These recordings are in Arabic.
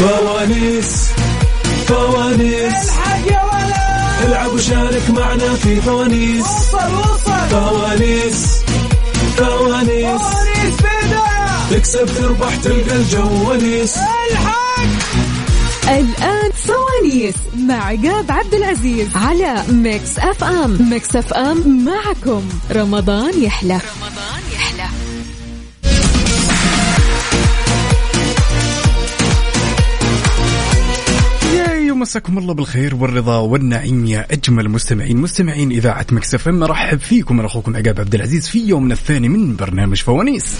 فوانيس الحق يا ولد، العب وشارك معنا في فوانيس. فوانيس بيدا، تكسب تربح تلقى الجواليس. الآن فوانيس مع عقاب عبد العزيز على ميكس اف ام. ميكس اف ام معكم رمضان يحلى. مساكم الله بالخير والرضا والنعيم يا أجمل مستمعين إذاعة ميكس اف ام. مرحب فيكم، أنا أخوكم عقاب عبد العزيز في يومنا الثاني من برنامج فوانيس.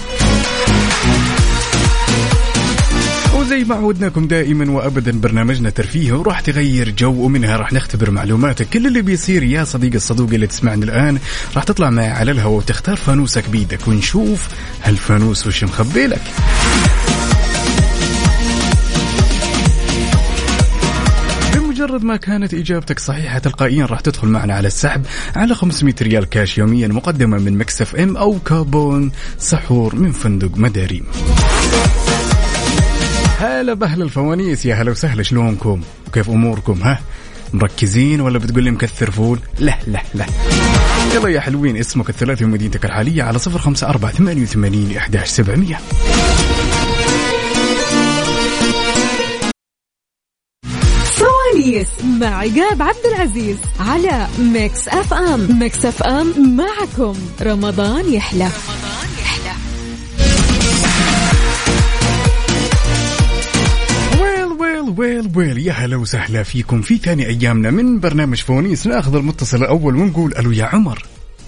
وزي ما عودناكم دائما وأبدا برنامجنا ترفيه وراح تغير جو، ومنها راح نختبر معلوماتك. كل اللي بيصير يا صديق الصدوق اللي تسمعني الآن راح تطلع معي على الهواء وتختار فانوسك بيدك، ونشوف هالفانوس وش مخبي لك. مجرد ما كانت إجابتك صحيحة تلقائيا راح تدخل معنا على السحب على 500 ريال كاش يوميا مقدمة من ميكس اف ام، أو كابون سحور من فندق مداريم. هلا بأهل الفوانيس، يا هلا وسهلا، شلونكم وكيف أموركم؟ ها مركزين ولا بتقول لي مكثر فول؟ لا يلا يا حلوين، اسمك الثلاثي ومدينتك الحالية على 0548811700. مع عقاب عبد العزيز على ميكس اف ام. ميكس اف ام معكم رمضان يحلى. ويل يا هلا وسهلا فيكم في ثاني أيامنا من برنامج فوانيس. نأخذ المتصل الأول ونقول ألو يا عمر.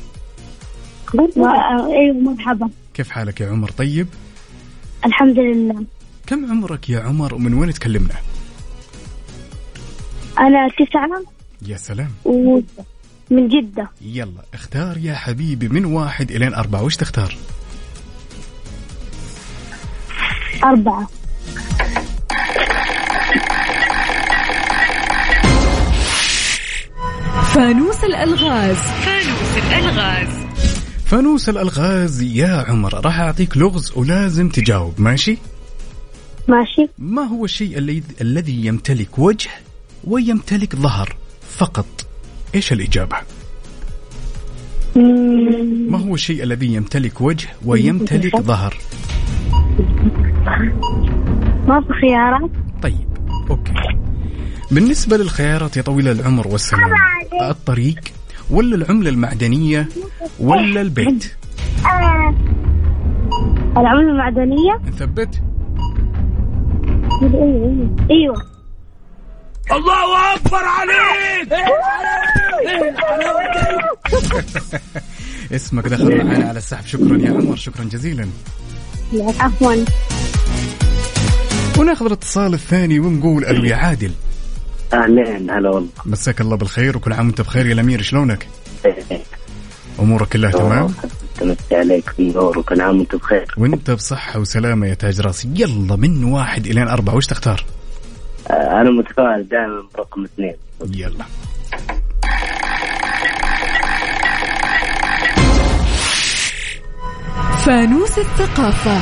ايوه مرحبا، كيف حالك يا عمر؟ طيب الحمد لله. كم عمرك يا عمر ومن وين تكلمنا؟ أنا 9. يا سلام، من جدة. يلا اختار يا حبيبي من 1 إلى 4، وش تختار؟ 4. فانوس الألغاز. فانوس الألغاز يا عمر، راح أعطيك لغز ولازم تجاوب. ماشي. ما هو الشيء الذي يمتلك وجه ويمتلك ظهر فقط؟ إيش الإجابة؟ ما هو الشيء الذي يمتلك وجه ويمتلك ظهر؟ ما في خيارات. طيب أوكي، بالنسبة للخيارات يا طويل العمر والسلام، الطريق ولا العملة المعدنية ولا البيت؟ العملة المعدنية. نثبت. ايوه. الله أكبر عليك. اسمك دخل معنا على السحب. شكرا يا عمر، شكرا جزيلا. عفوا. وناخذ الاتصال الثاني ونقول ألو يا عادل. أهلين، هلا والله. مساك الله بالخير وكل عام وانت بخير يا الأمير، شلونك؟ أمورك كلها تمام؟ تمسي عليك بالنور وكل عام وانت بخير. وانت بصحة وسلامة يا تاج راسي. يلا من 1 إلى 4 وش تختار؟ أنا متفائل دائما برقم 2. يلا. فانوس الثقافة.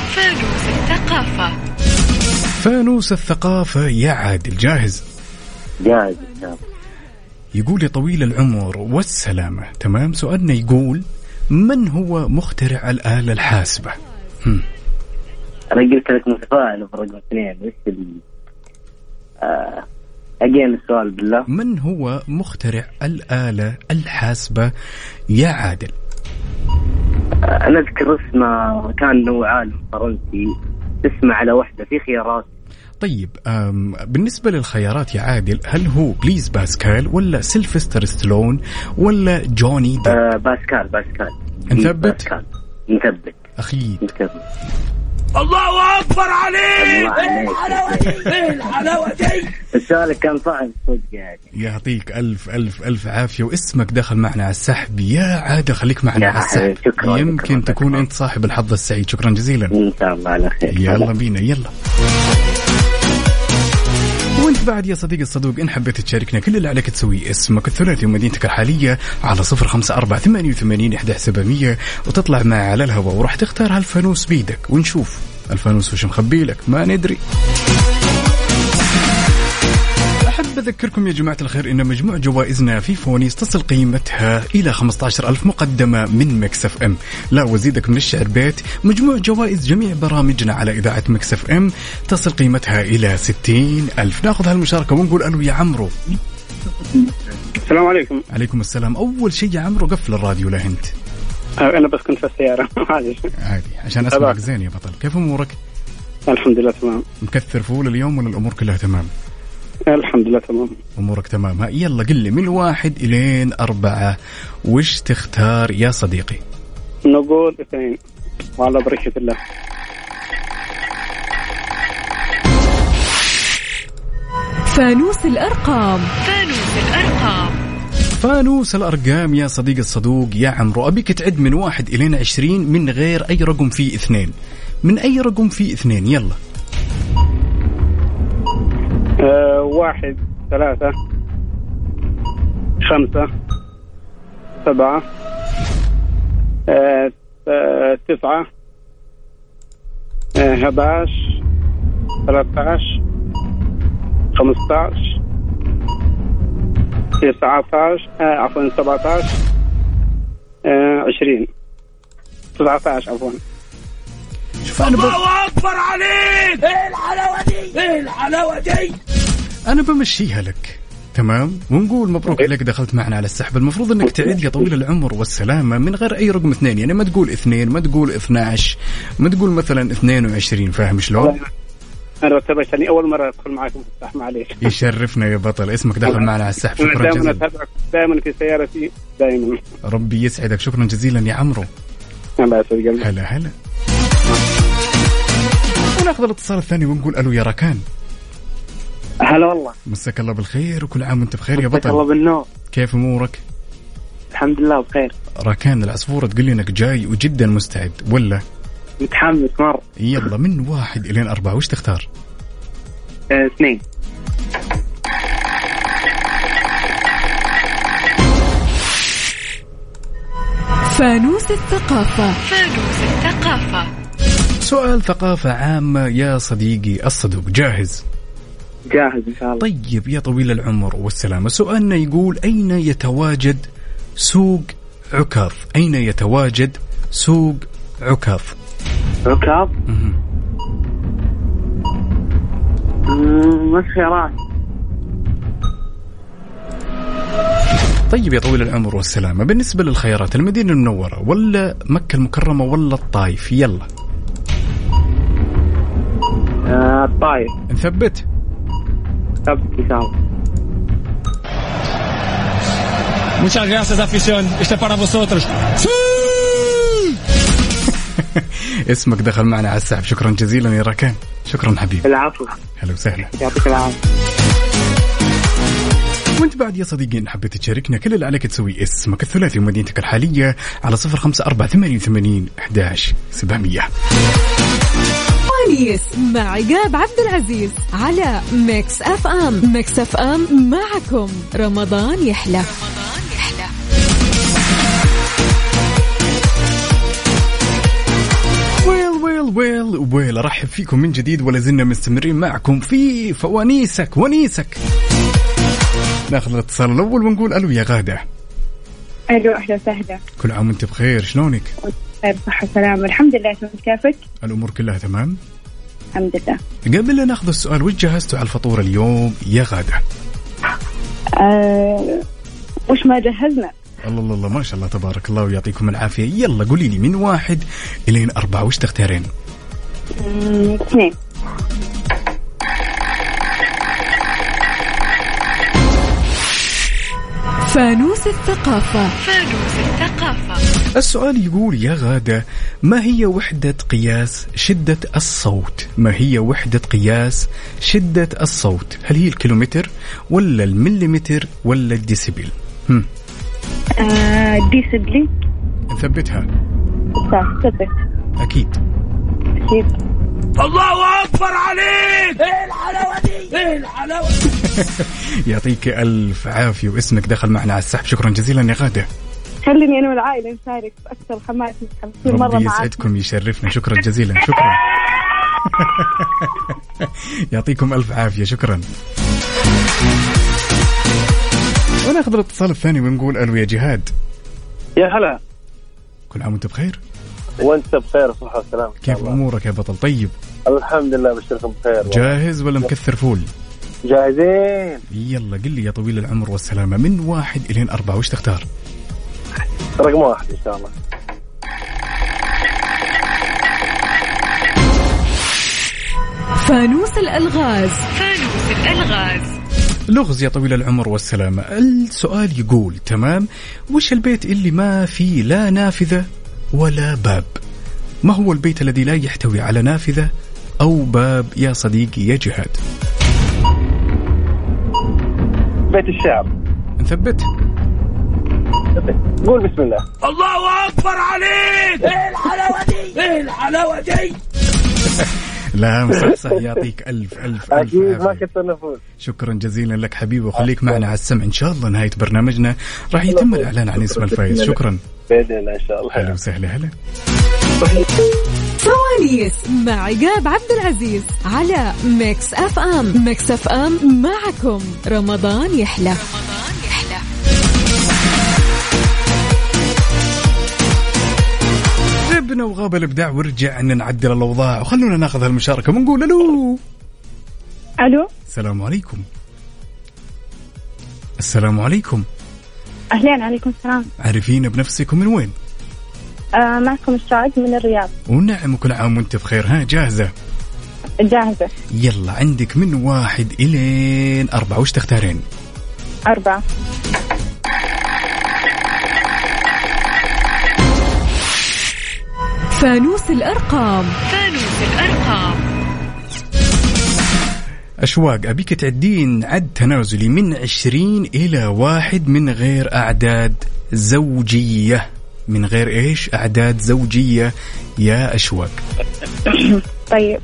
فانوس الثقافة يا عادل، جاهز؟ جاهز. يقول يا طويل العمر والسلامة، تمام، سؤالنا يقول من هو مخترع الآلة الحاسبة؟ أنا قلت لك متفائل برقم 2. وش أجين السؤال بالله؟ من هو مخترع الآلة الحاسبة يا عادل؟ أنا أذكر اسمه، كان هو عالم فرنسي اسمه على وحدة، في خيارات. طيب بالنسبة للخيارات يا عادل، هل هو بليز باسكال ولا سيلفستر ستالون ولا جوني ديب؟ باسكال. نثبت؟ نثبت أخي. الله أكبر عليك. الحلاوة دي. السؤال كان صعب صدق يعني. يعطيك ألف عافية، واسمك دخل معنا على السحب يا عادل. خليك معنا على السحب، يمكن تكون أنت صاحب الحظ السعيد. شكرا جزيلا. إن شاء الله على خير. يلا بينا يلا. وانت بعد يا صديقي الصدوق إن حبيت تشاركنا كل اللي عليك تسوي اسمك الثلاثي ومدينتك الحالية على 0548811700 وتطلع معي على الهواء، وراح تختار هالفانوس بيدك ونشوف الفانوس وش مخبي لك، ما ندري. أذكركم يا جماعة الخير إن مجموع جوائزنا في فونيس تصل قيمتها إلى 15,000 مقدمة من ميكس اف ام. لا وزيدك من الشعر بيت، مجموع جوائز جميع برامجنا على إذاعة ميكس اف ام تصل قيمتها إلى 60,000. ناخذ هالمشاركة ونقول ألو يا عمرو. السلام عليكم. عليكم السلام. أول شيء يا عمرو قفل الراديو له أنت. أنا بس كنت في السيارة. عادي عشان أسمعك زين يا بطل. كيف أمورك؟ الحمد لله تمام. مكثر فول اليوم ولا الأمور كلها تمام؟ الحمد لله تمام. أمورك تمام. ها يلا قل لي من 1 إلى 4 وش تختار يا صديقي؟ نقول 2 وعلى بركة الله. فانوس الأرقام. فانوس الأرقام يا صديق الصدوق يا عمرو. أبيك تعد من 1 إلى 20 من غير أي رقم فيه 2. من أي رقم فيه 2 يلا. 1 3 5 7 9 11 13 15 19 عفوا 17 20 19 عفوا. الله أكبر عليك. ايه الحلاوة دي، ايه الحلاوة دي. أنا بمشيها لك تمام ونقول مبروك عليك دخلت معنا على السحب. المفروض أنك تعد يا طويل العمر والسلامة من غير أي رقم 2. يعني ما تقول 2 ما تقول 12 ما تقول مثلا 22. فاهم شلون؟ أنا رتبت أني أول مرة أدخل معكم في السحب. معليش. يشرفنا يا بطل. اسمك دخل معنا على السحب. شكرا جزيلا. دائما في سيارتي دائما. ربي يسعدك. شكرا جزيلا يا عمرو. الله يسعدك. هلا وناخذ الاتصال الثاني ونقول ألو يا ركان. هلا والله. مساك الله بالخير وكل عام وانت بخير يا بطل. مساك الله بالنور. كيف امورك؟ الحمد لله بخير. ركان العصفورة تقول لي انك جاي وجدا مستعد ولا؟ متحمس مرة. يلا من 1 إلى 4 وش تختار؟ 2. فانوس الثقافة. سؤال ثقافة عامة يا صديقي الصدوق. جاهز؟ جاهز إن شاء الله. طيب يا طويل العمر والسلامة سؤالنا يقول أين يتواجد سوق عكاظ؟ أين يتواجد سوق عكاظ؟ عكاظ؟ ما خيارات. طيب يا طويل العمر والسلامة بالنسبة للخيارات المدينة المنورة ولا مكة المكرمة ولا الطائف؟ يلا. الطائف. نثبت؟ ثبت إن شاء الله. Muchas gracias afición. Este para vosotros. اسمك دخل معنا على السحب. شكرا جزيلا يا ركان. شكرا حبيبي. العفو. هلا وسهلا. يعطيك العافية. وانت بعد يا صديقي إن حبيت تشاركنا كل اللي عليك تسوي اسمك الثلاثي ومدينتك الحالية على 0548811700. فانيس مع عقاب عبد العزيز على ميكس اف ام. ميكس اف ام معكم رمضان يحلى. ويل ارحب فيكم من جديد ولا زلنا مستمرين معكم في فوانيسك ونيسك. ناخذ الاتصال الاول ونقول الو يا غاده. الو اهلا وسهلا. كل عام وانت بخير. شلونك؟ بخير صحه وسلامه الحمد لله. كيفك؟ الامور كلها تمام الحمد لله. قبل لا ناخذ السؤال وش جهزتوا على الفطور اليوم يا غاده؟ وش ما جهزنا. الله ما شاء الله تبارك الله ويعطيكم العافيه. يلا قولي لي من 1 إلى 4 وش تختارين؟ 2. فانوس الثقافة. السؤال يقول يا غادة ما هي وحدة قياس شدة الصوت؟ ما هي وحدة قياس شدة الصوت؟ هل هي الكيلومتر ولا المليمتر ولا الديسيبل؟ ديسيبل. نثبتها؟ ثبت. أكيد. الله أكبر عليك. ايه الحلاوة دي، ايه الحلاوة دي. يعطيك ألف عافية واسمك دخل معنا على السحب. شكرا جزيلا يا غادة. خليني أنا والعائلة نشارك بأكثر حماس. ربي يسعدكم يشرفنا. شكرا جزيلا. شكرا. يعطيكم ألف عافية. شكرا. وناخذ الاتصال الثاني ونقول الو يا جهاد. يا هلا. كل عام وانت بخير. وانت بخير وصحة وسلامة. كيف امورك يا بطل؟ طيب الحمد لله بشركم بخير. جاهز ولا مكثر فول؟ جاهزين. يلا قل لي يا طويل العمر والسلامة، من 1 إلى 4 وش تختار؟ رقم 1 إن شاء الله. فانوس الألغاز. فانوس الألغاز. لغز يا طويل العمر والسلامة. السؤال يقول تمام، وش البيت اللي ما فيه لا نافذة ولا باب؟ ما هو البيت الذي لا يحتوي على نافذة أو باب يا صديقي يا جهاد؟ بيت الشعر. نثبت. قول بسم الله. الله أكبر عليك. ايه الحلاوة دي؟ ايه الحلاوة دي؟ لا مصحصح، يعطيك ألف ألف أكيد ألف ما كنت نفوز. شكرا جزيلا لك حبيبي، وخليك معنا على السمع إن شاء الله. نهاية برنامجنا راح يتم الإعلان عن اسم الفائز. شكرا. بإذن الله إن شاء الله. أهلا وسهلا. هلا. فوانيس مع عقاب عبد العزيز على ميكس اف ام. ميكس اف ام معكم رمضان يحلى. غبنا وغاب الإبداع ورجعنا نعدل الأوضاع، وخلونا ناخذ هالمشاركة ونقول ألو. ألو. السلام عليكم. السلام عليكم. أهلين. عليكم السلام. عارفين بنفسك ومن وين؟ معكم السعد من الرياض. ونعم، وكل عام وانت بخير. ها جاهزة؟ جاهزة. يلا عندك من 1 إلى 4 وش تختارين؟ 4. فانوس الأرقام. فانوس الأرقام. أشواق، أبيك تعدين عد تنازلي من 20 إلى 1 من غير أعداد زوجية. من غير إيش؟ أعداد زوجية يا أشواق. طيب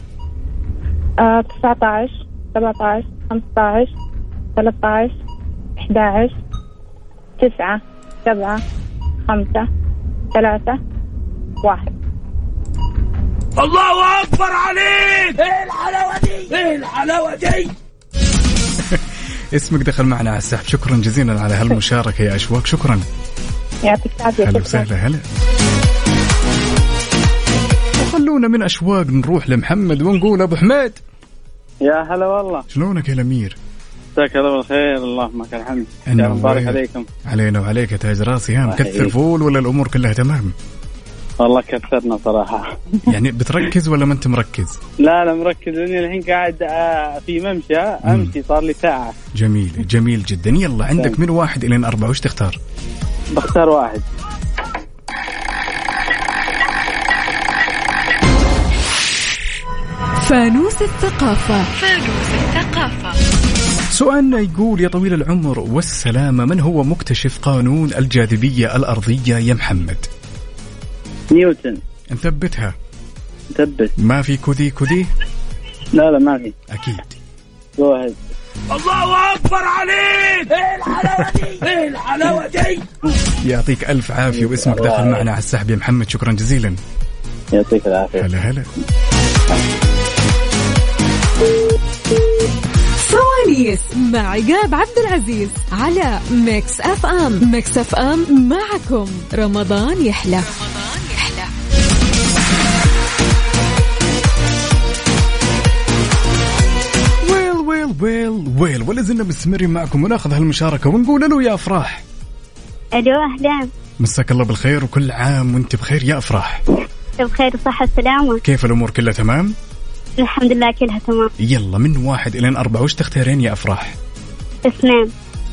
19 17 15 13 11 9 7 5 3 1. الله أكبر عليك. ايه الحلاوة دي؟ ايه الحلاوة دي؟ اسمك دخل معنا على السحب. شكرا جزيلا على هالمشاركة يا أشواق. شكرا. يعطيك العافية. هلا وسهلا. هلا. وخلونا من أشواق نروح لمحمد ونقول أبو حميد. يا هلا والله. شلونك يا الأمير؟ مساك الله بالخير. اللهم لك الحمد. يا مبارك عليكم. علينا وعليك تاج راسي. ها مكثر فول ولا الأمور كلها تمام؟ والله كثرنا صراحة. يعني بتركز ولا ما أنت مركز؟ لا مركز، لأني الحين قاعد في ممشى أمشي صار لي ساعة. جميل جميل جدا. يلا عندك من 1 إلى 4 وش تختار؟ بختار 1. فانوس الثقافة. فانوس الثقافة. سؤالنا يقول يا طويل العمر والسلامة، من هو مكتشف قانون الجاذبية الأرضية يا محمد؟ نيوتن. نثبتها. نثبت. ما في كذي؟ لا ما في. أكيد. واحد. الله أكبر عليك. ايه الحلاوة دي؟ ايه الحلاوة دي؟ يعطيك ألف عافية، واسمك دخل معنا على السحب يا محمد. شكرا جزيلا. يعطيك العافية. هلا. فوانيس مع عقاب عبد العزيز على ميكس اف ام. ميكس اف ام معكم رمضان يحلى. ويل ولا زلنا مستمرين معكم، وناخذ هالمشاركة ونقول له يا أفراح. ألو أهلا. مساك الله بالخير وكل عام وانت بخير يا أفراح. بخير وصحة وسلامة. كيف الأمور كلها تمام؟ الحمد لله كلها تمام. يلا من 1 إلى 4 وش تختارين يا أفراح؟ 2.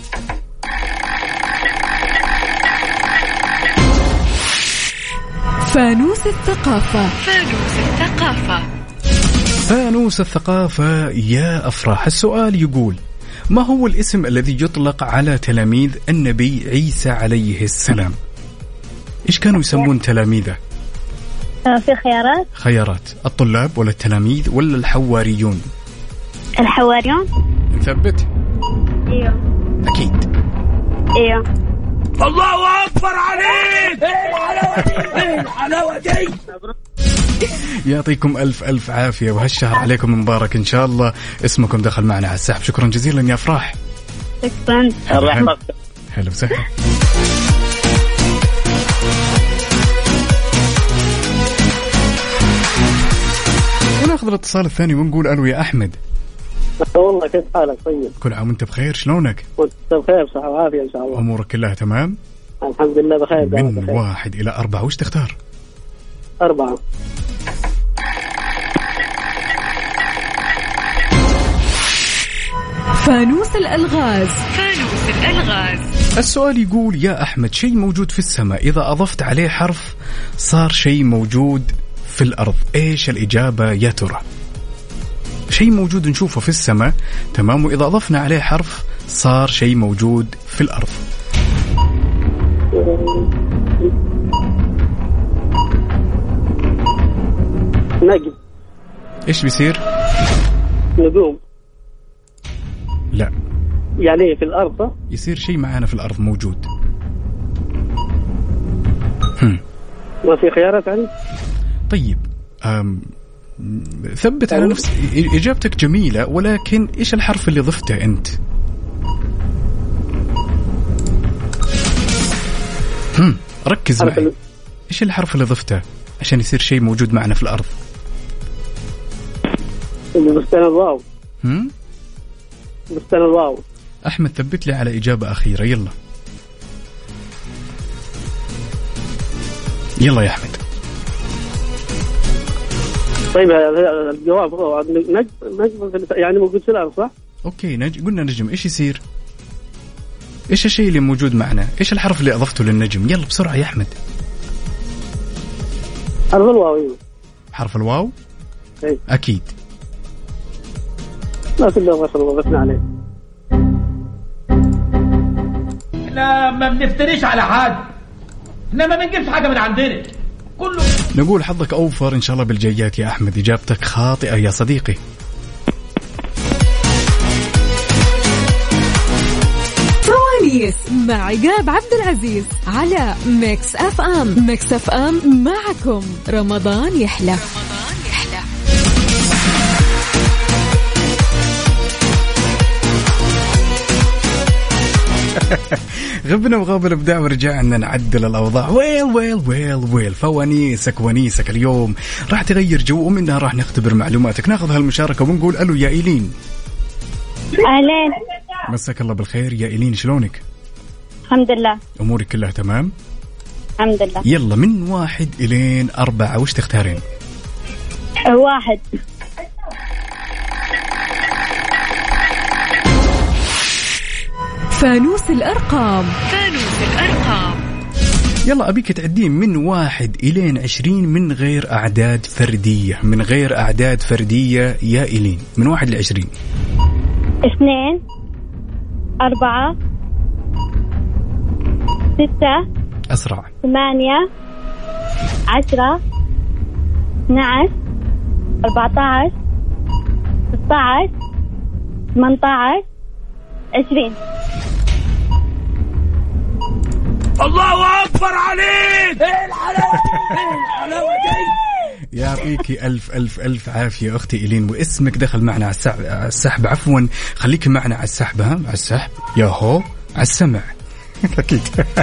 فانوس الثقافة. فانوس الثقافة. فانوس الثقافة يا أفراح. السؤال يقول ما هو الاسم الذي يطلق على تلاميذ النبي عيسى عليه السلام؟ إيش كانوا يسمون تلاميذه؟ في خيارات. الطلاب ولا التلاميذ ولا الحواريون؟ الحواريون. نثبت. ايوه اكيد. ايوه. الله اكبر عليك. ايه الحلاوه دي؟ يعطيكم ألف ألف عافية، وهالشهر عليكم مبارك إن شاء الله. اسمكم دخل معنا على السحب. شكرا جزيلا يا أفراح. شكرا. هلا وسهلا. وناخذ الاتصال الثاني ونقول الو يا احمد. والله كيف حالك؟ طيب كل عام وانت بخير، شلونك؟ وانت بخير صحة وعافية ان شاء الله. امورك كلها تمام؟ الحمد لله بخير. من 1 إلى 4 وش تختار؟ 4. فانوس الألغاز. السؤال يقول يا أحمد، شيء موجود في السماء إذا أضفت عليه حرف صار شيء موجود في الأرض، إيش الإجابة يا ترى؟ شيء موجود نشوفه في السماء، تمام، وإذا أضفنا عليه حرف صار شيء موجود في الأرض. نجم. إيش بيصير؟ نجوم. لا، يعني في الأرض يصير شيء معانا في الأرض موجود. ما في خيارات يعني؟ طيب ثبت على نفس إجابتك جميلة، ولكن إيش الحرف اللي ضفته أنت؟ ركز معي. إيش الحرف اللي ضفته عشان يصير شيء موجود معنا في الأرض؟ بستان الواو. بستان الواو. أحمد ثبت لي على إجابة أخيرة. يلا يلا يا أحمد. طيب الجواب نجم يعني موجود في الأرض صح؟ أوكي قلنا نجم. إيش يصير؟ إيش الشيء اللي موجود معنا؟ إيش الحرف اللي أضفته للنجم؟ يلا بسرعة يا أحمد. حرف الواو. حرف الواو؟ أي. أكيد. لا كله ما شاء الله بسنا عليه. احنا ما بنفتريش على حد، احنا ما بنجيبش حاجة من عندنا كله. نقول حظك أوفر إن شاء الله بالجايات يا أحمد. إجابتك خاطئة يا صديقي. فوانيس مع عقاب عبد العزيز على ميكس اف ام. ميكس اف ام معكم رمضان يحلى. غبنا وغاب الابداع ورجعنا نعدل الاوضاع. ويل فوانيسك ونيسك اليوم راح تغير جو، ومنها راح نختبر معلوماتك. ناخذ هالمشاركه ونقول الو يا ايلين. اهلين. مساك الله بالخير يا ايلين، شلونك؟ الحمد لله. امورك كلها تمام؟ الحمد لله. يلا من 1 إلى 4 وش تختارين؟ 1. فانوس الأرقام. يلا أبيك تعدين من 1 إلى 20 من غير أعداد فردية. من غير أعداد فردية يا إيلين، من 1 ل 20. 2 4 6 أسرع. 8 10 12 14 16 18 20. الله أكبر عليك. ايه الحلاوة دي. يعطيكي ألف عافية أختي إيلين، واسمك دخل معنا على السحب. عفوا خليك معنا على السحب. على السحب يا هو على السمع. أكيد.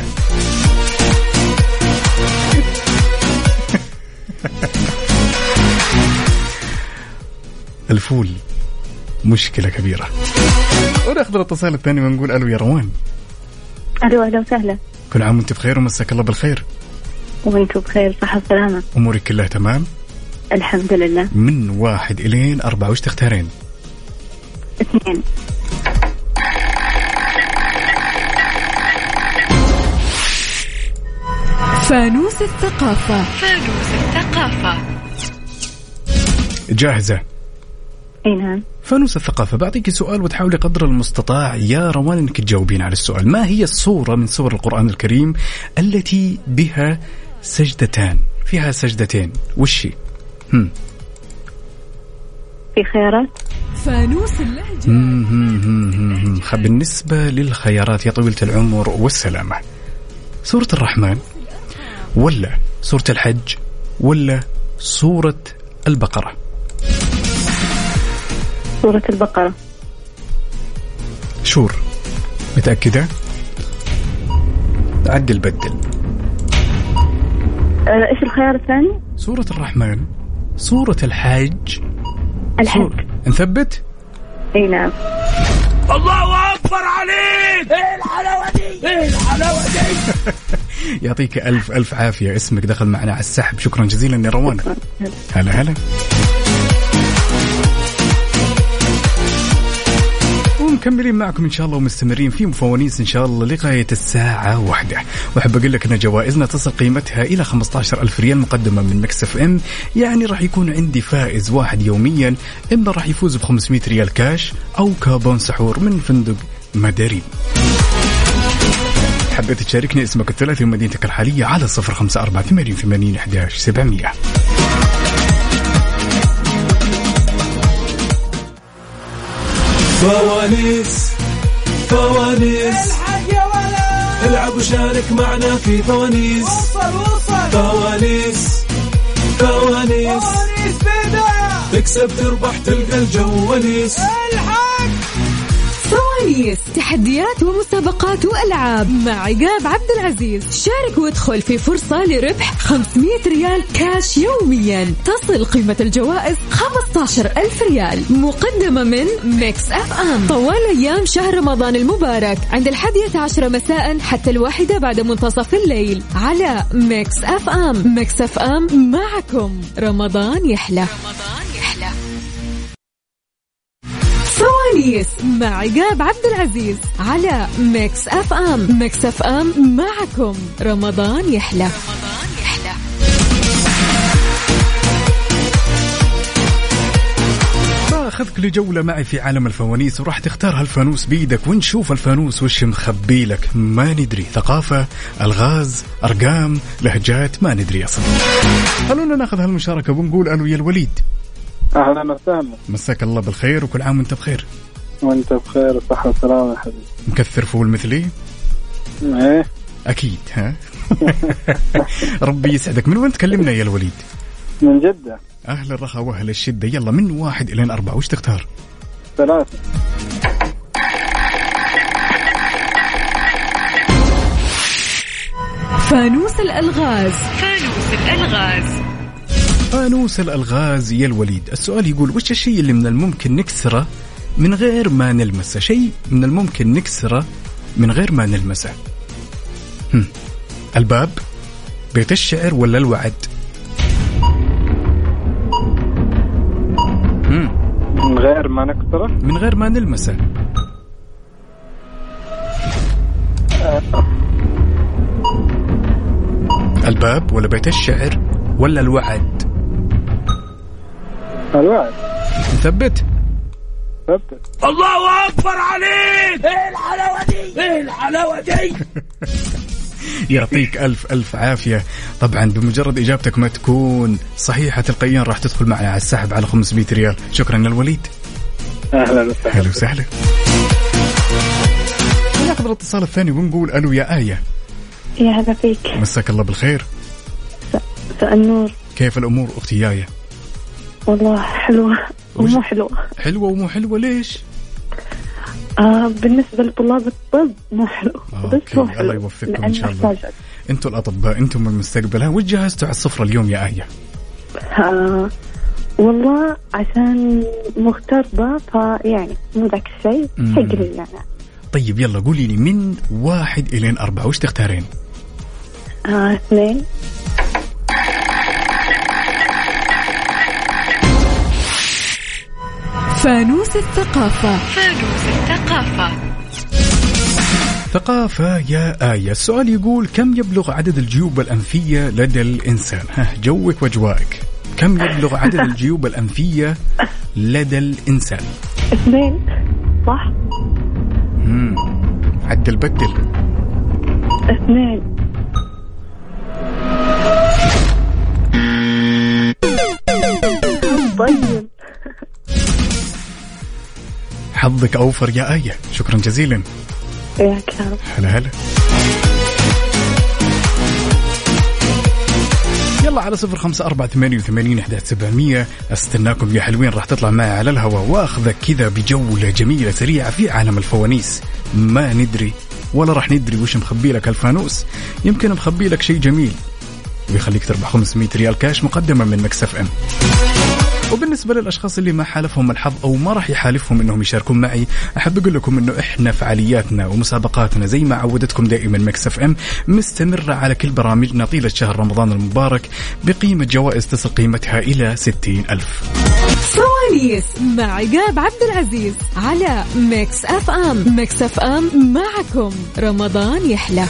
الفول مشكلة كبيرة. وناخذ الاتصال الثاني ونقول ألو يا روان. ألو أهلا وسهلا. كل عام وانت بخير ومساك الله بالخير. وانتم بخير صحة وسلامة. أمورك كلها تمام؟ الحمد لله. من 1 إلى 4 وش تختارين؟ 2. فانوس الثقافة. جاهزة؟ اي نعم. فانوس الثقافة. بعطيك سؤال وتحاولي قدر المستطاع يا روان انك تجاوبين على السؤال. ما هي السورة من سور القرآن الكريم التي بها سجدتان؟ فيها سجدتين، وش هي؟ في خيارات؟ فانوس اللهجة. بالنسبة للخيارات يا طويلة العمر والسلامة، سورة الرحمن ولا سورة الحج ولا سورة البقرة؟ سورة البقرة. شور، متأكدة؟ عدل بدل. إيش الخيار الثاني؟ سورة الرحمن، سورة الحج. نثبت؟ اي نعم. الله أكبر عليك. ايه الحلاوة دي، ايه الحلاوة دي. يعطيك ألف عافية. اسمك دخل معنا على السحب. شكرا جزيلا يا روان. هلا ومكملين معكم إن شاء الله ومستمرين في مفوانيس إن شاء الله لغاية الساعة 1. وأحب أقول لك أن جوائزنا تصل قيمتها إلى 15,000 ريال مقدمة من مكس اف ام. يعني راح يكون عندي فائز واحد يوميا، إما راح يفوز ب500 ريال كاش أو كابون سحور من فندق مدارين. حبيت تشاركني اسمك الثلاثي ومدينتك الحالية على 0548811700. فوانيس الحق يا ولد، العب وشارك معنا في فوانيس. فوانيس بدا، تكسب تربح تلقى الجو ونيس. الحق فوانيس، تحديات ومسابقات وألعاب مع عقاب عبد العزيز. شارك وادخل في فرصة لربح 500 ريال كاش يوميا. تصل قيمة الجوائز 15,000 ريال مقدمة من ميكس اف ام طوال أيام شهر رمضان المبارك عند 11 مساء حتى 1 بعد منتصف الليل على ميكس اف ام. ميكس اف ام معكم رمضان يحلى. فوانيس مع عقاب عبد العزيز على ميكس اف ام. ميكس اف ام معكم رمضان يحلى. أخذك لجولة معي في عالم الفوانيس، وراح تختار هالفانوس بيدك ونشوف الفانوس وش مخبي لك. ما ندري، ثقافة، ألغاز، أرقام، لهجات، ما ندري أصلا. خلونا ناخذ هالمشاركة ونقول ألو يا الوليد. أهلا وسهلا. مساك الله بالخير وكل عام وانت بخير. وانت بخير وصحة وسلامة يا حبيبي. مكثر فول مثلي؟ ايه أكيد. ها ربي يسعدك. من وين تكلمنا يا الوليد؟ من جدة. أهل الرخاء وأهل الشدة. يلا من 1 إلى 4 وش تختار؟ 3. فانوس الألغاز. فانوس الألغاز يا الوليد. السؤال يقول وش الشيء اللي من الممكن نكسره من غير ما نلمسه؟ شيء من الممكن نكسره من غير ما نلمسه. الباب، بيت الشعر، ولا الوعد؟ من غير ما نكسره، من غير ما نلمسه. الباب ولا بيت الشعر ولا الوعد؟ الوعد. مثبت؟ ثبت. الله أكبر عليك. ايه الحلاوة دي، ايه الحلاوة دي. يعطيك ألف عافية. طبعا بمجرد إجابتك ما تكون صحيحة تلقائيا راح تدخل معنا على السحب على 500 ريال. شكرا للوليد. أهلا وسهلا. أهلا وسهلا. ناخذ الاتصال الثاني ونقول ألو يا آية. يا هلا فيك. مساك الله بالخير. مساء النور. كيف الأمور أختي يايا؟ والله حلوة ومو حلوة. حلوة ومو حلوة ليش؟ بالنسبة لطلاب الطب مو حلو. بس هو حلو. الله يوفقكم إن شاء الله. أنتوا الأطباء، أنتم المستقبل. وش جهزتوا على السفرة اليوم يا آية؟ والله عشان مغتربة فيعني مو ذاك الشيء حق لي يعني. طيب يلا قولي لي من 1 إلى 4 وش تختارين؟ 2. فانوس الثقافة. ثقافة يا آية. السؤال يقول كم يبلغ عدد الجيوب الأنفية لدى الإنسان؟ جوك وجوائك. كم يبلغ عدد الجيوب الأنفية لدى الإنسان؟ 2 صح؟ عدل بدل. 2. طيب حظك أوفر يا آية. شكرا جزيلا. يا كرم. هلا. يلا على 0548811700 استناكم يا حلوين. راح تطلع معي على الهواء واخذك كذا بجولة جميلة سريعة في عالم الفوانيس. ما ندري ولا راح ندري وش مخبي لك الفانوس. يمكن مخبي لك شيء جميل ويخليك تربح 500 ريال كاش مقدمة من مكس اف ام. وبالنسبة للأشخاص اللي ما حالفهم الحظ أو ما راح يحالفهم إنهم يشاركون معي، أحب أقول لكم إنه إحنا فعالياتنا ومسابقاتنا زي ما عودتكم دائما مكس اف ام مستمرة على كل برامجنا طيلة شهر رمضان المبارك بقيمة جوائز تصل قيمتها إلى 60,000. فوانيس مع عقاب عبد العزيز على مكس اف ام. مكس اف ام معكم رمضان يحلى.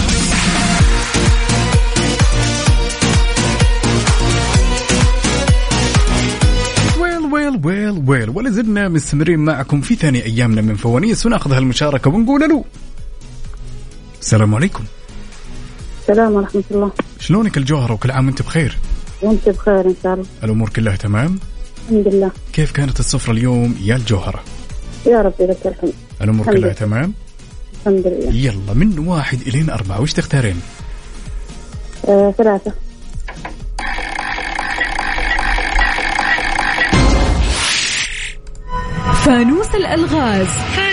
ويل ولا زلنا مستمرين معكم في ثاني أيامنا من فوانيس، ونأخذ هالمشاركة ونقول له السلام عليكم. السلام ورحمة الله. شلونك الجوهرة وكل عام وانت بخير؟ وانت بخير إن شاء الله. الأمور كلها تمام؟ الحمد لله. كيف كانت السفرة اليوم يا الجوهرة؟ يا رب لك الحمد. الأمور كلها تمام؟ الحمد لله. يلا من 1 إلى 4 وش تختارين؟ 3. فانوس الألغاز.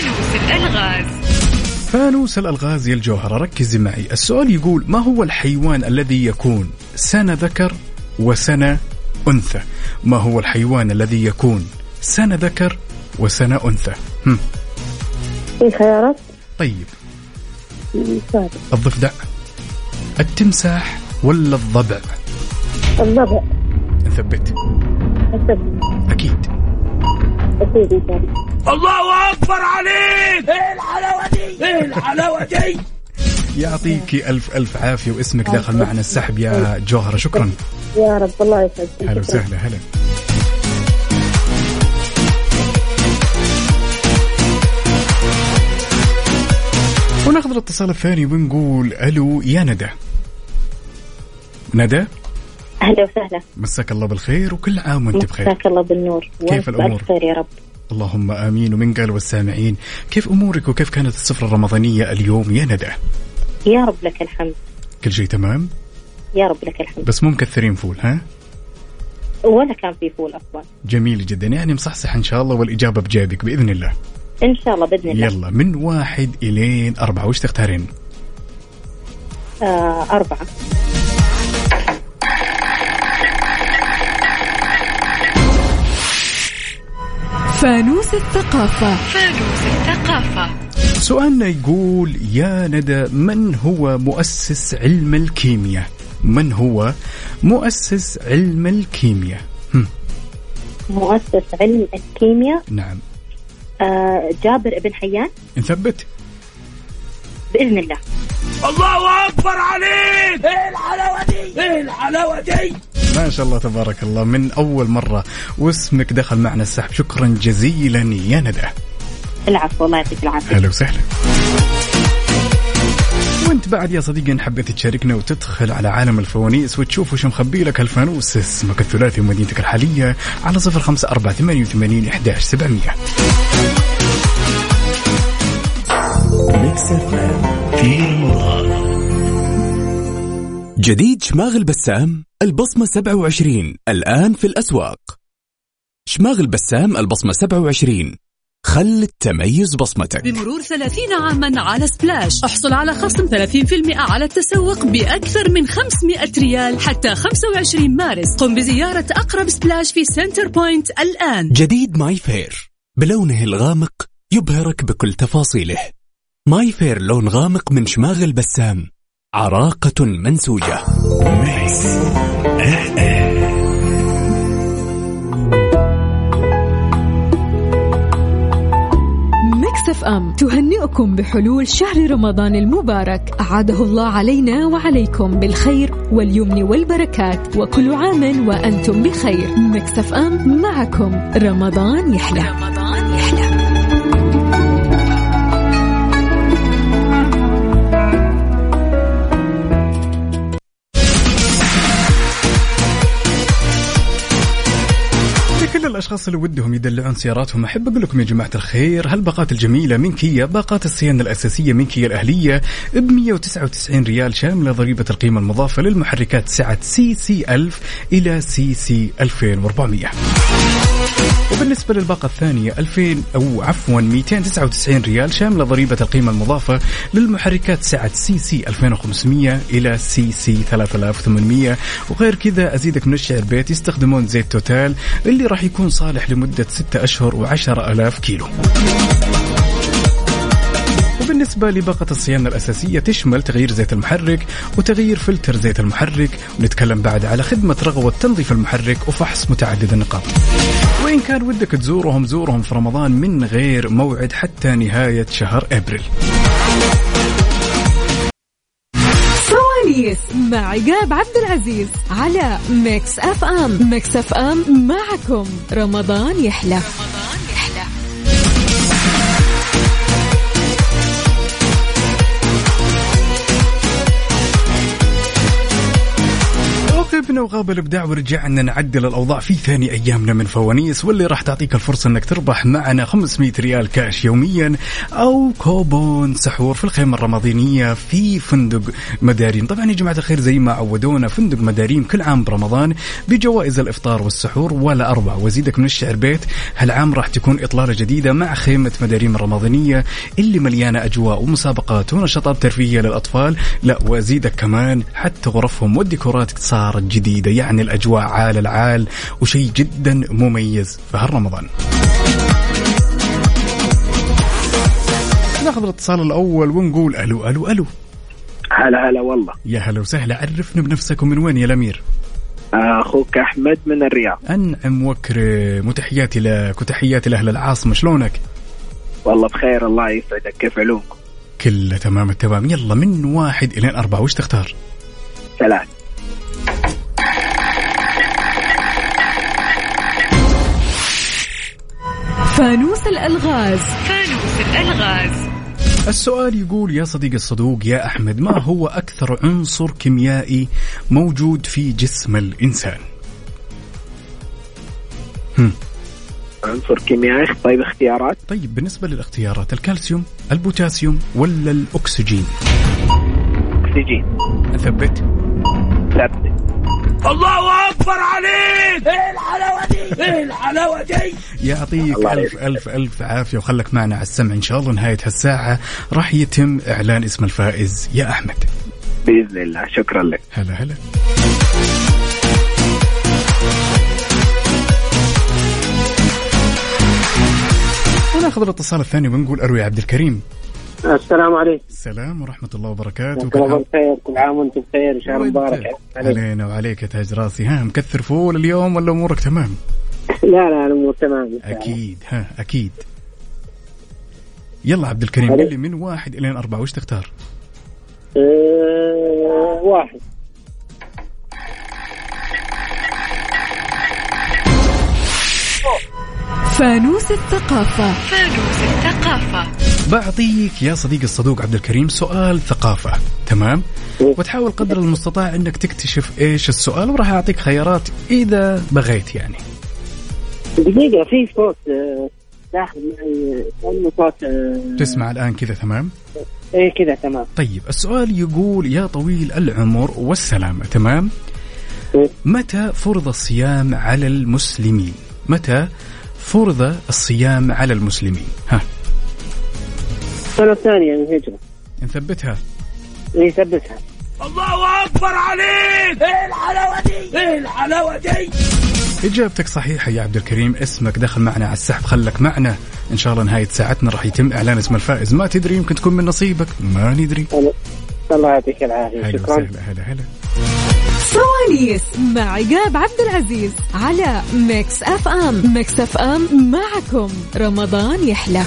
فانوس الألغاز يا الجوهرة ركزي معي. السؤال يقول ما هو الحيوان الذي يكون سنة ذكر وسنة أنثى؟ ما هو الحيوان الذي يكون سنة ذكر وسنة أنثى؟ في خيارات؟ طيب الضفدع، التمساح، ولا الضبع؟ الضبع. نثبت؟ أكيد. الله أكبر عليك. ايه الحلاوة دي، ايه الحلاوة دي. يعطيك ألف عافية واسمك داخل معنا السحب يا جوهرة. شكرا يا رب. الله يسعدك. هلا وسهلا. هلا. وناخذ الاتصال الثاني ونقول ألو يا ندى. ندى أهلا وسهلا. مساك الله بالخير وكل عام وانت بخير. مساك الله بالنور. كيف الأمور؟ بخير يا رب. اللهم آمين. ومن قال والسامعين كيف أمورك وكيف كانت السفرة الرمضانية اليوم يا ندى؟ يا رب لك الحمد. كل شيء تمام؟ يا رب لك الحمد. بس مو مكثرين فول ها؟ ولا كان في فول أصلا. جميل جدا، يعني مصحصح إن شاء الله والإجابة بجابك بإذن الله. إن شاء الله بإذن الله. يلا من 1 إلى 4 وش تختارين؟ 4. فانوس الثقافة. سؤالنا يقول يا ندى من هو مؤسس علم الكيمياء؟ من هو مؤسس علم الكيمياء؟ مؤسس علم الكيمياء؟ نعم. جابر ابن حيان. نثبت؟ بإذن الله. الله أكبر عليك. ايه الحلاوة دي، ايه الحلاوة دي. ما شاء الله تبارك الله من أول مرة واسمك دخل معنا السحب. شكرا جزيلا يا ندى. العفو. الله يعطيك العافية. أهلا وسهلا. وانت بعد يا صديقي ان حبيت تشاركنا وتدخل على عالم الفوانيس وتشوف وش مخبي لك الفانوس، اسمك الثلاثي ومدينتك الحالية على 0548811700. في رمضان جديد شماغ البسام البصمة 27 الآن في الأسواق. شماغ البسام البصمة 27 خل التميز بصمتك. بمرور 30 عاما على سبلاش احصل على خصم 30% على التسوق بأكثر من 500 ريال حتى 25 مارس. قم بزيارة أقرب سبلاش في سنتر بوينت الآن. جديد ماي فير بلونه الغامق يبهرك بكل تفاصيله. ماي فير لون غامق من شماغ البسام، عراقة منسوجة. ميكس اف ام تهنئكم بحلول شهر رمضان المبارك، أعاده الله علينا وعليكم بالخير واليمن والبركات، وكل عام وأنتم بخير. ميكس اف ام معكم رمضان يحلى. رمضان يحلى. كل الأشخاص اللي ودهم يدلعون سياراتهم أحب أقول لكم يا جماعة الخير هالباقات الجميلة من كيا، باقات الصيانة الأساسية من كيا الأهلية ب199 ريال شاملة ضريبة القيمة المضافة للمحركات سعة CC1000 إلى CC2400. وبالنسبة للباقة الثانية 299 ريال شاملة ضريبة القيمة المضافة للمحركات سعة CC 2500 إلى CC 3800. وغير كذا أزيدك من الشعر بيت يستخدمون زيت توتال اللي راح يكون صالح لمدة 6 أشهر و10,000 كيلو. وبالنسبة لباقة الصيانة الأساسية تشمل تغيير زيت المحرك وتغيير فلتر زيت المحرك، ونتكلم بعد على خدمة رغوة تنظيف المحرك وفحص متعدد النقاط. وإن كان ودك تزورهم في رمضان من غير موعد حتى نهاية شهر أبريل. فرونيس مع عقاب عبد العزيز على ميكس اف ام. ميكس اف ام معكم رمضان يحلى. غبنا وغاب الإبداع ورجعنا نعدل الأوضاع في ثاني أيامنا من فوانيس، واللي راح تعطيك الفرصة أنك تربح معنا 500 ريال كاش يوميا أو كوبون سحور في الخيمة الرمضانية في فندق مداريم. طبعا يا جماعة الخير زي ما عودونا فندق مداريم كل عام برمضان بجوائز الإفطار والسحور ولا أربع. وزيدك من الشعر بيت هالعام راح تكون إطلالة جديدة مع خيمة مداريم الرمضانية اللي مليانة أجواء ومسابقات ونشاطات ترفيهية للأطفال. لا وزيدك كمان حتى غرفهم والديكورات صارت جديدة، يعني الأجواء عال العال وشيء جدا مميز في هالرمضان. ناخذ الاتصال الأول ونقول ألو ألو ألو. هلا والله. يا هلا وسهلا، عرفنا بنفسك ومن وين يا الأمير؟ أخوك أحمد من الرياض. أنعم وكرم، وتحياتي لك وتحياتي لأهل العاصمة، شلونك؟ والله بخير الله يسعدك، كيف علومكم؟ كله تمام التمام. يلا من 1 إلى 4 وش تختار؟ 3. فانوس الألغاز. السؤال يقول يا صديق الصدوق يا أحمد، ما هو أكثر عنصر كيميائي موجود في جسم الإنسان؟ عنصر كيميائي. طيب اختيارات. طيب بالنسبة للاختيارات الكالسيوم، البوتاسيوم، ولا الأكسجين؟ أكسجين. ثبت. الله أكبر عليك. ايه الحلاوة دي، ايه الحلاوة دي. يعطيك ألف عافية وخلك معنا على السمع. إن شاء الله نهاية هالساعة راح يتم إعلان اسم الفائز يا أحمد بإذن الله. شكرا لك. هلا. ونأخذ الاتصال الثاني ونقول أروي عبد الكريم. السلام عليكم. السلام ورحمة الله وبركاته. كل عام وانتم بخير، شهر مبارك علينا وعليك يا تاج راسي. مكثر فول اليوم ولا أمورك تمام؟ لا الأمور تمام. أكيد أكيد. يلا عبد الكريم قل لي من 1 إلى 4 وش تختار؟ 1. فانوس الثقافة. بعطيك يا صديق الصدوق عبد الكريم سؤال ثقافة، تمام؟ وتحاول قدر المستطاع انك تكتشف ايش السؤال، وراح اعطيك خيارات اذا بغيت. يعني دقيقة في صوت داخل معي، صوت تسمع الان كذا تمام؟ ايه كذا تمام. طيب السؤال يقول يا طويل العمر والسلامة، تمام؟ متى فرض الصيام على المسلمين؟ متى فرض الصيام على المسلمين؟ السنة الثانية من الهجرة. نثبتها. ايه ثبتها. الله أكبر عليك. ايه الحلاوة دي، ايه الحلاوة دي. إجابتك صحيحة يا عبد الكريم، اسمك دخل معنا على السحب، خلك معنا إن شاء الله. نهاية ساعتنا راح يتم إعلان اسم الفائز، ما تدري يمكن تكون من نصيبك، ما ندري. الله يعطيك العافية. شكرا. هلا. فرونيس مع عقاب عبد العزيز على ميكس اف ام. ميكس اف ام معكم رمضان يحلى.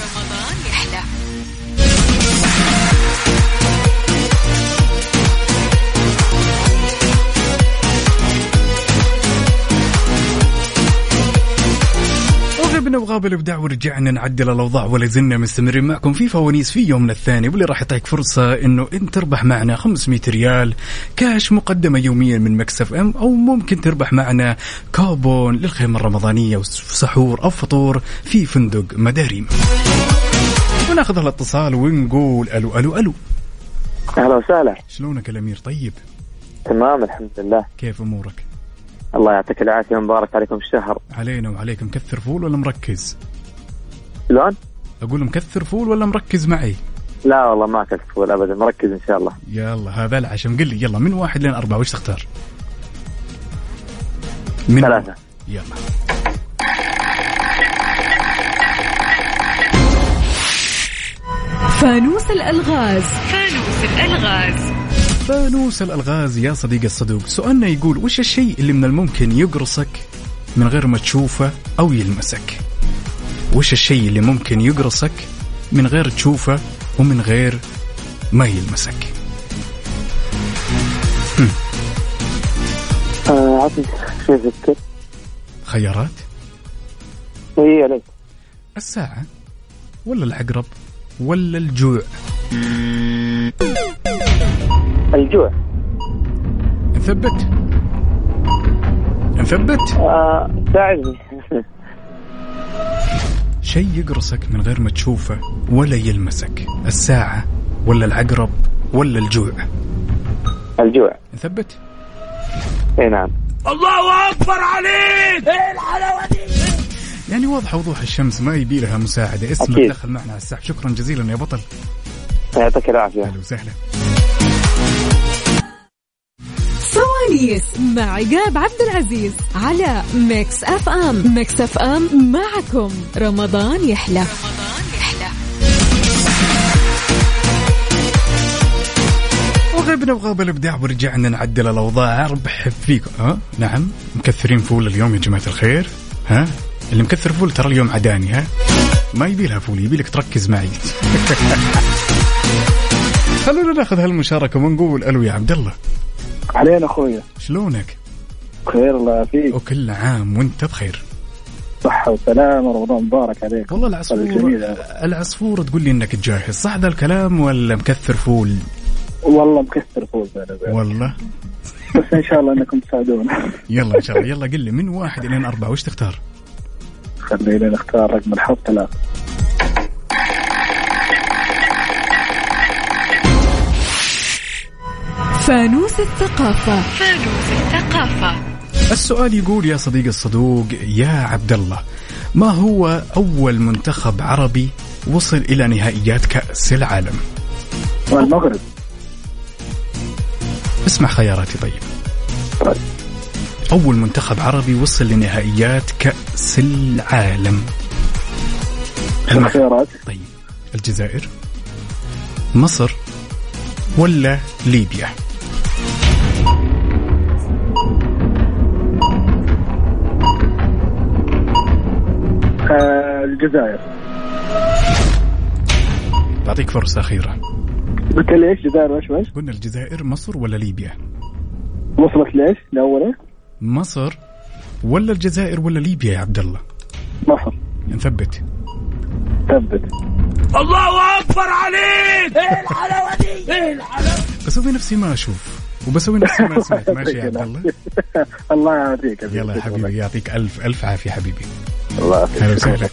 وغاب الإبداع ورجعنا نعدل الأوضاع ولا زلنا مستمرين معكم في فوانيس في يومنا الثاني، واللي راح يعطيك فرصة إنه أنت تربح معنا 500 ريال كاش مقدمة يوميا من ميكس اف ام، أو ممكن تربح معنا كوبون للخيمة الرمضانية وسحور أو فطور في فندق مداريم. وناخذ الاتصال ونقول ألو ألو ألو. أهلا وسهلا. شلونك الأمير؟ طيب تمام الحمد لله. كيف أمورك؟ الله يعطيك العافية ومبارك عليكم الشهر. علينا وعليكم. مكثر فول ولا مركز؟ شلون؟ أقول مكثر فول ولا مركز معي؟ لا والله ما أكلت فول أبدا، مركز إن شاء الله. يلا هذا العشم. قل لي يلا من 1 لين 4 وش تختار؟ من 3. يلا. فانوس الألغاز. فانوس الألغاز يا صديق الصدوق. سؤالنا يقول وش الشيء اللي من الممكن يقرصك من غير ما تشوفه أو يلمسك؟ وش الشيء اللي ممكن يقرصك من غير تشوفه ومن غير ما يلمسك؟ عطني شوي فكر. خيارات؟ إيه عليك. الساعة ولا العقرب ولا الجوع؟ الجوع. نثبت. ساعدني. شيء يقرصك من غير ما تشوفه ولا يلمسك، الساعة ولا العقرب ولا الجوع؟ الجوع. نثبت. اي نعم. الله أكبر عليك. ايه الحلاوة دي؟ يعني واضحة وضوح الشمس، ما يبي لها مساعدة. اسمك دخل معنا على السحب. شكرا جزيلا يا بطل. يعطيك العافية. أهلا وسهلا. فوانيس مع عقاب عبد العزيز على ميكس اف ام. ميكس اف ام معكم رمضان يحلى. وغبنا وغاب الابداع ورجعنا نعدل الاوضاع. اربح فيكم. نعم مكثرين فول اليوم يا جماعة الخير. اللي مكثر فول ترى اليوم عداني. ما يبي لها فول، يبي لك تركز معي. خلونا ناخذ هالمشاركة ونقول الو يا عبد الله. علينا اخويا، شلونك؟ بخير الله يعافيك. وكل عام وانت بخير. صحة وسلامة ورمضان مبارك عليك. والله العصفور تقول لي انك جاهز، صح ذا الكلام ولا مكثر فول؟ والله مكثر فول والله. بس ان شاء الله انكم تساعدونا. يلا ان شاء الله. يلا قل لي من 1 إلى 4 وش تختار؟ خلينا نختار رقم الحظ 3. فانوس الثقافة. السؤال يقول يا صديق الصدوق يا عبد الله، ما هو أول منتخب عربي وصل إلى نهائيات كأس العالم؟ المغرب. اسمع خياراتي. طيب أول منتخب عربي وصل لنهائيات كأس العالم. الخيارات. طيب الجزائر، مصر، ولا ليبيا؟ الجزائر. بعطيك فرصة أخيرة. قلت ليش الجزائر وش؟ قلنا الجزائر، مصر ولا ليبيا؟ وصلت ليش الأولى؟ مصر ولا الجزائر ولا ليبيا يا عبد الله؟ مصر. نثبت. الله أكبر عليك. ايه الحلاوة دي؟ ايه الحلاوة؟ بسوي نفسي ما أشوف وبسوي نفسي ما سمعت. ماشي يا عبد الله. الله يعافيك. يلا يا حبيبي، يعطيك ألف عافية حبيبي. الله يعافيك. أهلا وسهلا.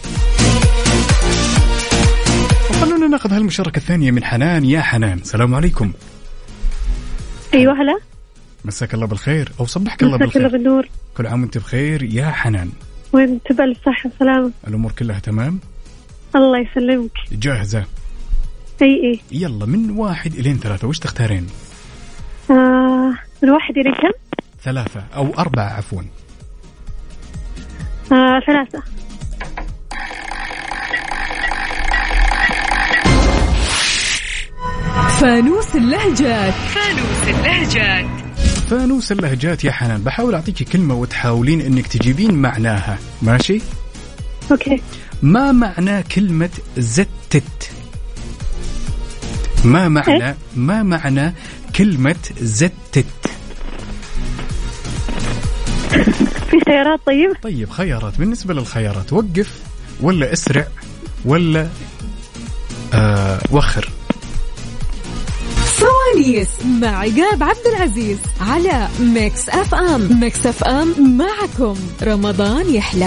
وخلونا ناخذ هالمشاركة الثانية من حنان. يا حنان السلام عليكم. أيوة هلا. مساك الله بالخير أو صبحك الله بالخير. مساك الله بالنور. كل عام وانت بخير يا حنان. وانت بألف صحة وسلامة. الأمور كلها تمام؟ الله يسلمك. جاهزة؟ اي. يلا من 1 إلى 3 وش تختارين؟ من 1 إلى كم؟ 3 أو 4 عفوا. 3. فانوس اللهجات. فانوس اللهجات يا حنان. بحاول أعطيك كلمة وتحاولين أنك تجيبين معناها. ماشي؟ أوكي. ما معنى كلمة زتت؟ ما معنى كلمة زتت؟ في خيارات؟ طيب خيارات. بالنسبة للخيارات وقف ولا اسرع ولا وخر؟ فوانيس مع عقاب عبد العزيز على ميكس اف ام. ميكس اف ام معكم رمضان يحلى.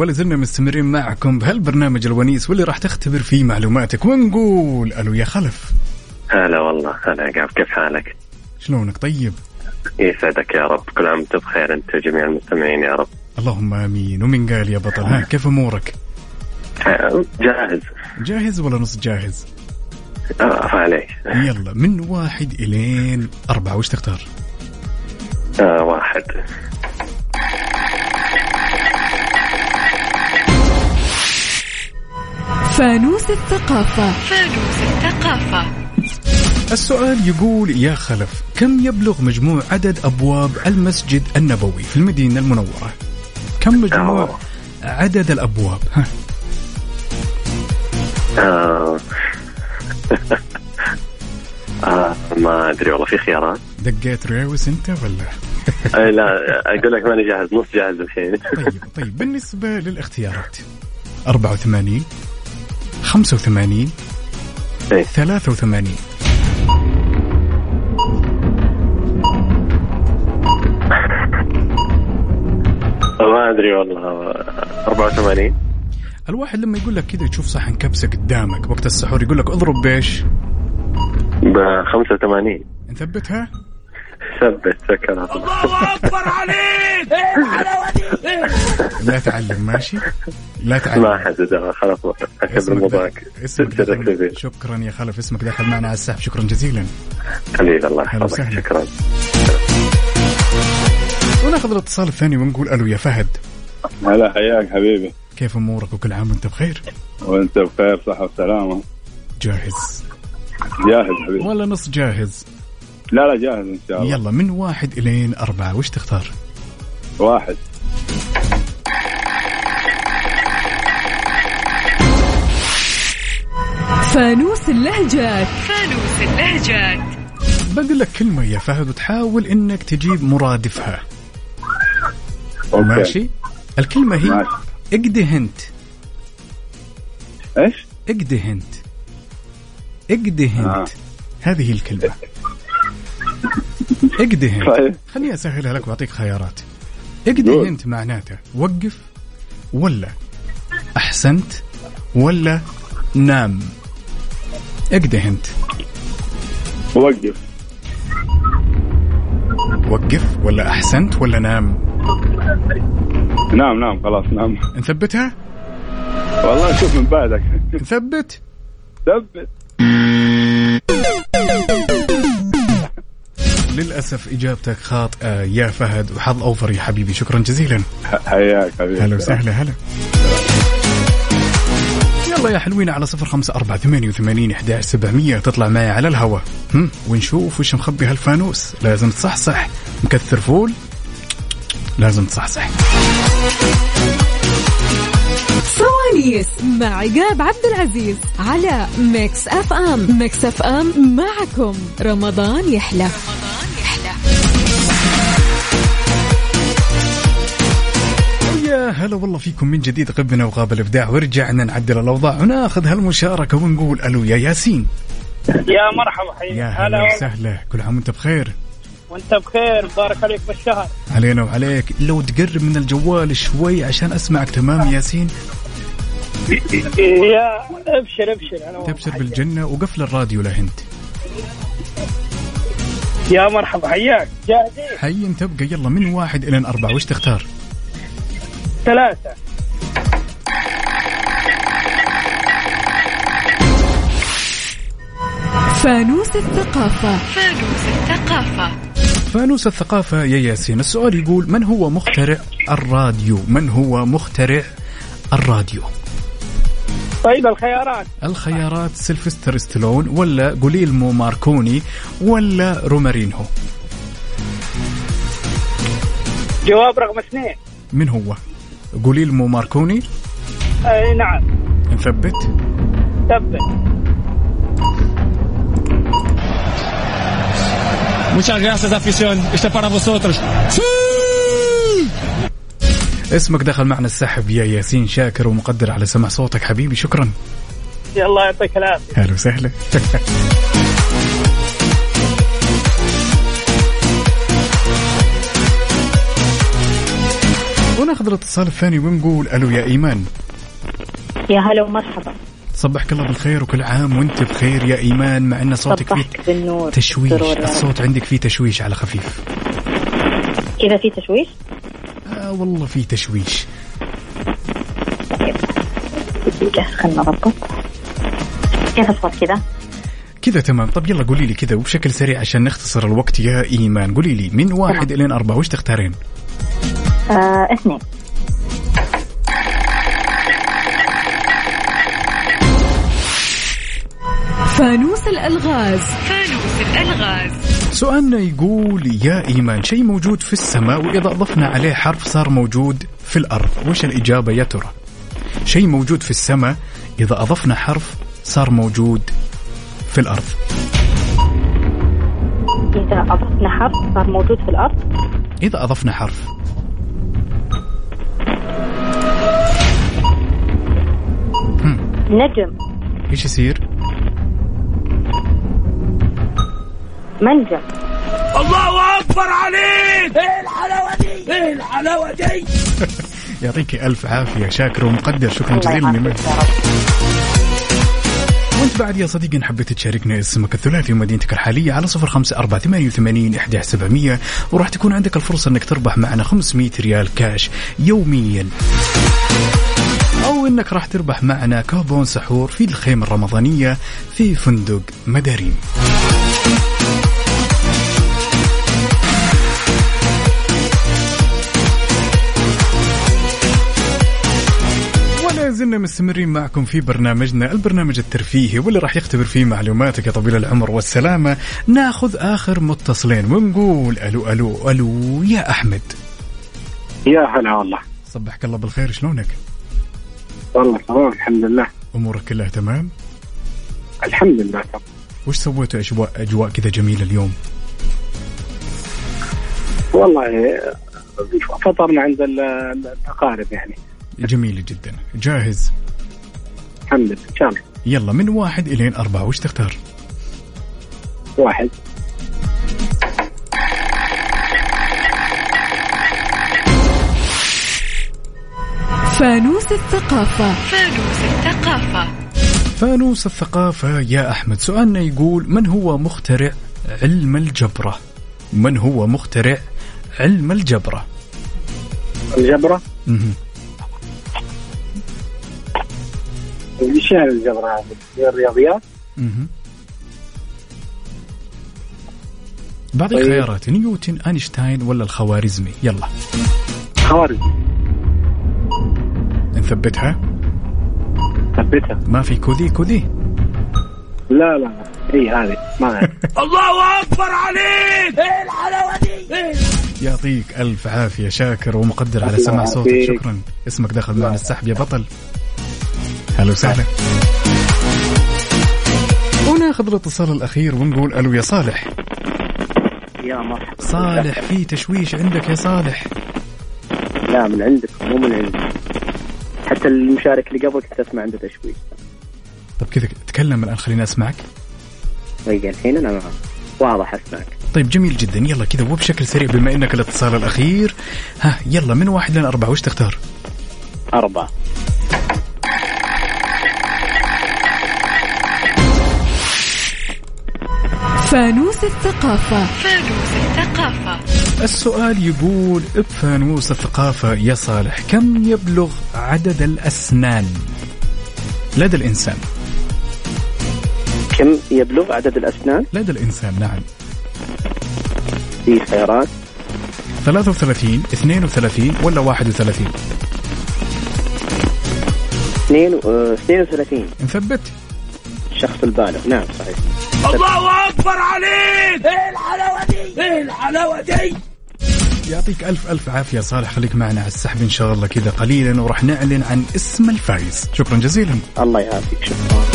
ولا زلنا مستمرين معكم بهالبرنامج الونيس واللي راح تختبر فيه معلوماتك ونقول ألو يا خلف. هلا والله، هلا عقاب، كيف حالك؟ شلونك؟ طيب يسعدك يا رب، كل عام وانت بخير انت وجميع المستمعين يا رب. اللهم آمين. ومن قال يا بطل؟ ها كيف أمورك؟ جاهز ولا نص جاهز؟ عليك. يلا من 1 إلى 4 وش تختار؟ 1. فانوس الثقافة. السؤال يقول يا خلف، كم يبلغ مجموع عدد أبواب المسجد النبوي في المدينة المنورة؟ كم مجموع عدد الأبواب؟ ما أدري والله، في خيارات؟ دقيت ريوس أنت ولا؟ لا أقول لك ماني جاهز، نص جاهز الحين. طيب بالنسبة للاختيارات 84 85 83. ما أدري والله، 84. الواحد لما يقول لك كذا تشوف صحن كبسة قدامك وقت السحور يقول لك اضرب بيش ب85. نثبتها؟ ثبت سكرات. الله أكبر عليك. لا تعلم ماشي، لا تعلم. ما حدد خلاص، أكبر مضاك. شكرا يا خلف، اسمك داخل معنا على السحب. شكرا جزيلا حبيبي، الله يحفظك. شكرا. وناخذ الاتصال الثاني ونقول ألو يا فهد. هلا، حياك حبيبي، كيف أمورك؟ وكل عام وانت بخير. وانت بخير، صحة وسلامة. جاهز حبيبي ولا نص جاهز؟ لا جاهز إن شاء الله. يلا من 1 إلى 4 وش تختار؟ 1. فانوس اللهجات. بقول لك كلمة يا فهد وتحاول إنك تجيب مرادفها. أوكي. ماشي. الكلمة هي ماشي. اقدهنت. ايش؟ اقدهنت. هذه الكلمة. اقدهنت. خليني أسهلها لك وأعطيك خيارات. اقدهنت معناته وقف ولا أحسنت ولا نام. اقدهنت. وقف ولا أحسنت ولا نام. نام خلاص نام. نثبتها؟ والله شوف من بعدك. نثبت. للأسف إجابتك خاطئة يا فهد، وحظ أوفر يا حبيبي. شكرا جزيلا. حياك حبيبي. هلا وسهلا. هلا. يلا يا حلوين على 0548811700 تطلع معي على الهواء ونشوف وش مخبي هالفانوس. لازم تصحصح. مكثر فول لازم تصحصح. فوانيس مع عقاب عبد العزيز على ميكس اف ام. ميكس اف ام معكم رمضان يحلى. يا هلا والله فيكم من جديد. غبنا وغاب الإبداع ورجعنا نعدل الأوضاع وناخذ هالمشاركة ونقول ألو يا ياسين. يا مرحبا حبيبي. يا هلا وسهلا، كل عام وانت بخير. وانت بخير، بارك عليك بالشهر. علينا وعليك. لو تقرب من الجوال شوي عشان أسمعك تمام ياسين. يا ابشر أنا تبشر بالجنة وقفل الراديو لهنت. يا مرحبا، حياك. جاهزين؟ حي تبقى. يلا من 1 إلى 4 وش تختار؟ 3. فانوس الثقافة. فانوس الثقافة يا ياسين. السؤال يقول من هو مخترع الراديو؟ طيب الخيارات سيلفستر ستالون ولا غوليلمو ماركوني ولا رومارينهو. جواب رقم 2. من هو؟ غوليلمو ماركوني؟ اي نعم. نثبت. Muchas gracias afición. Este para vosotros. اسمك دخل معنا السحب يا ياسين. شاكر ومقدر على سمع صوتك حبيبي. شكرا. يا الله يعطيك العافية. هلا وسهلا. وناخذ الاتصال الثاني ونقول ألو يا إيمان. يا هلا ومرحبا. صبحك الله بالخير وكل عام وانت بخير يا إيمان. مع أن صوتك فيه تشويش، الصوت عندك فيه تشويش على خفيف. إذا فيه تشويش؟ والله فيه تشويش. خلنا نضبط. كيف الصوت كذا؟ كذا تمام. طب يلا قولي لي كذا وبشكل سريع عشان نختصر الوقت يا إيمان. قولي لي من 1 إلى 4 وش تختارين؟ 2. فانوس الألغاز. سؤالنا يقول يا إيمان شيء موجود في السماء وإذا أضفنا عليه حرف صار موجود في الأرض، وش الإجابة يا ترى؟ شيء موجود في السماء إذا أضفنا حرف صار موجود في الأرض. إذا أضفنا حرف صار موجود في الأرض. إذا أضفنا حرف. نجم. إيش يصير؟ منجم. الله أكبر عليك. إيه الحلاوة دي، إيه الحلاوة دي. يعطيك ألف عافية، شاكر ومقدر، شكرا جزيلا لك. وانت بعد يا صديقي إن حبيت تشاركنا اسمك الثلاثي ومدينتك الحالية على 0548811700 وراح تكون عندك الفرصة انك تربح معنا 500 ريال كاش يوميا، او انك راح تربح معنا كوبون سحور في الخيمة الرمضانية في فندق مدارين. زلنا مستمرين معكم في برنامجنا، البرنامج الترفيهي واللي راح يختبر فيه معلوماتك يا طويل العمر والسلامة. ناخذ آخر متصلين ونقول ألو ألو ألو يا أحمد. يا هلا والله. صبحك الله بالخير، شلونك؟ والله تمام الحمد لله. أمورك كلها تمام؟ الحمد لله تمام. وش سويتوا أجواء كذا جميلة اليوم؟ والله فطرنا عند الأقارب يعني. جميل جدا. جاهز؟ الحمد لله إن شاء الله. يلا من 1 إلى 4 وش تختار؟ 1. فانوس الثقافة. فانوس الثقافة يا أحمد. سؤالنا يقول من هو مخترع علم الجبرة؟ من هو مخترع علم الجبرة؟ الجبرة؟ ايش يعني الجبر هذا؟ الرياضيات؟ بعض الخيارات نيوتن، أينشتاين ولا الخوارزمي؟ يلا. خوارزمي. نثبتها؟ ثبتها. ما في كذي؟ لا اي هذه ما الله أكبر عليك. ايه الحلاوة دي. يعطيك ألف عافية، شاكر ومقدر على سمع صوتك، شكرا. اسمك دخل معنا السحب يا بطل. هلا وسهلا. وناخذ الاتصال الأخير ونقول ألو يا صالح. يا مرحبا صالح. في تشويش عندك يا صالح؟ لا من عندك مو من عندي، حتى المشارك اللي قبل كنت أسمع عنده تشويش. طب كذا تكلم الآن خلينا أسمعك. طيب الحين أنا واضح أسمعك. طيب جميل جدا. يلا كذا وبشكل سريع بما إنك الاتصال الأخير، ها يلا من 1 إلى 4 وش تختار؟ 4. فانوس الثقافة. السؤال يقول بفانوس الثقافة يا صالح كم يبلغ عدد الأسنان لدى الإنسان؟ كم يبلغ عدد الأسنان لدى الإنسان؟ نعم. في خيارات 33 32 ولا 31؟ 32. نثبت. الشخص البالغ. نعم صحيح. الله أكبر عليك. ايه الحلاوة دي، ايه الحلاوة دي. يعطيك ألف عافية صالح، خليك معنا على السحب إن شاء الله كذا قليلا وراح نعلن عن اسم الفائز. شكرا جزيلا. الله يعافيك. شكرا.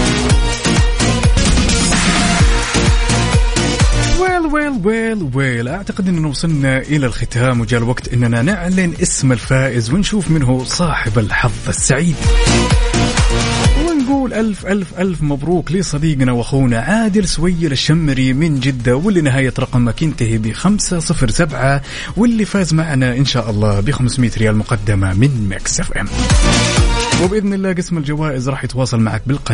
ويل أعتقد أننا وصلنا إلى الختام وجاء الوقت أننا نعلن اسم الفائز ونشوف منه صاحب الحظ السعيد. ونقول ألف ألف ألف مبروك لصديقنا وأخونا عادل سويل الشمري من جدة، واللي نهاية رقمك ينتهي ب507، واللي فاز معنا إن شاء الله ب500 ريال مقدمة من ميكس اف ام. وبإذن الله قسم الجوائز راح يتواصل معك بالقريب.